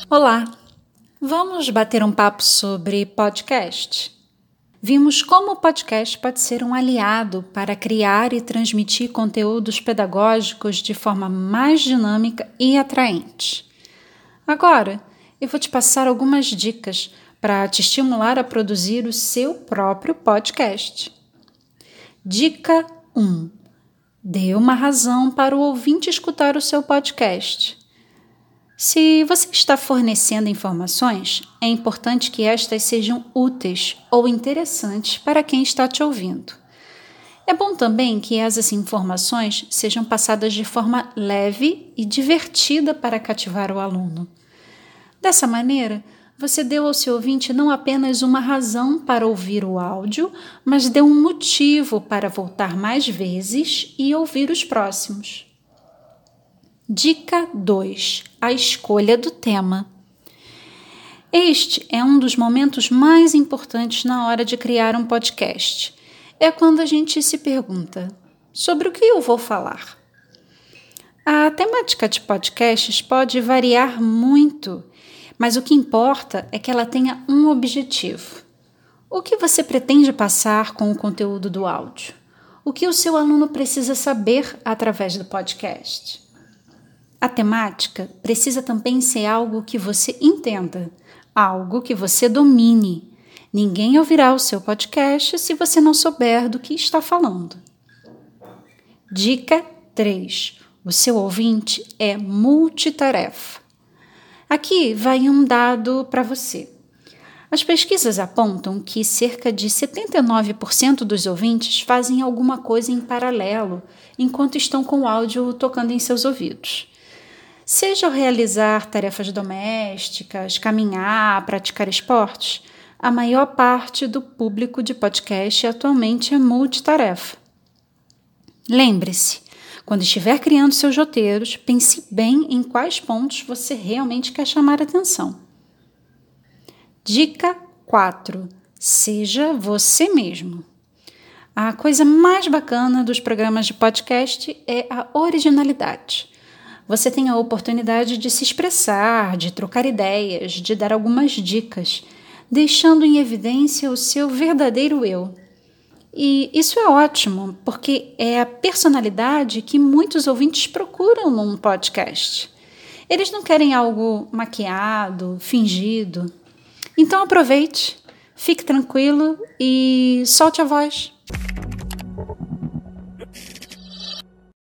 Olá, vamos bater um papo sobre podcast? Vimos como o podcast pode ser um aliado para criar e transmitir conteúdos pedagógicos de forma mais dinâmica e atraente. Agora, eu vou te passar algumas dicas para te estimular a produzir o seu próprio podcast. Dica 1. Dê uma razão para o ouvinte escutar o seu podcast. Se você está fornecendo informações, é importante que estas sejam úteis ou interessantes para quem está te ouvindo. É bom também que essas informações sejam passadas de forma leve e divertida para cativar o aluno. Dessa maneira, você deu ao seu ouvinte não apenas uma razão para ouvir o áudio, mas deu um motivo para voltar mais vezes e ouvir os próximos. Dica 2. A escolha do tema. Este é um dos momentos mais importantes na hora de criar um podcast. É quando a gente se pergunta: sobre o que eu vou falar? A temática de podcasts pode variar muito, mas o que importa é que ela tenha um objetivo. O que você pretende passar com o conteúdo do áudio? O que o seu aluno precisa saber através do podcast? A temática precisa também ser algo que você entenda, algo que você domine. Ninguém ouvirá o seu podcast se você não souber do que está falando. Dica 3. O seu ouvinte é multitarefa. Aqui vai um dado para você. As pesquisas apontam que cerca de 79% dos ouvintes fazem alguma coisa em paralelo enquanto estão com o áudio tocando em seus ouvidos. Seja realizar tarefas domésticas, caminhar, praticar esportes, a maior parte do público de podcast atualmente é multitarefa. Lembre-se, quando estiver criando seus roteiros, pense bem em quais pontos você realmente quer chamar atenção. Dica 4. Seja você mesmo. A coisa mais bacana dos programas de podcast é a originalidade. Você tem a oportunidade de se expressar, de trocar ideias, de dar algumas dicas, deixando em evidência o seu verdadeiro eu. E isso é ótimo, porque é a personalidade que muitos ouvintes procuram num podcast. Eles não querem algo maquiado, fingido. Então aproveite, fique tranquilo e solte a voz.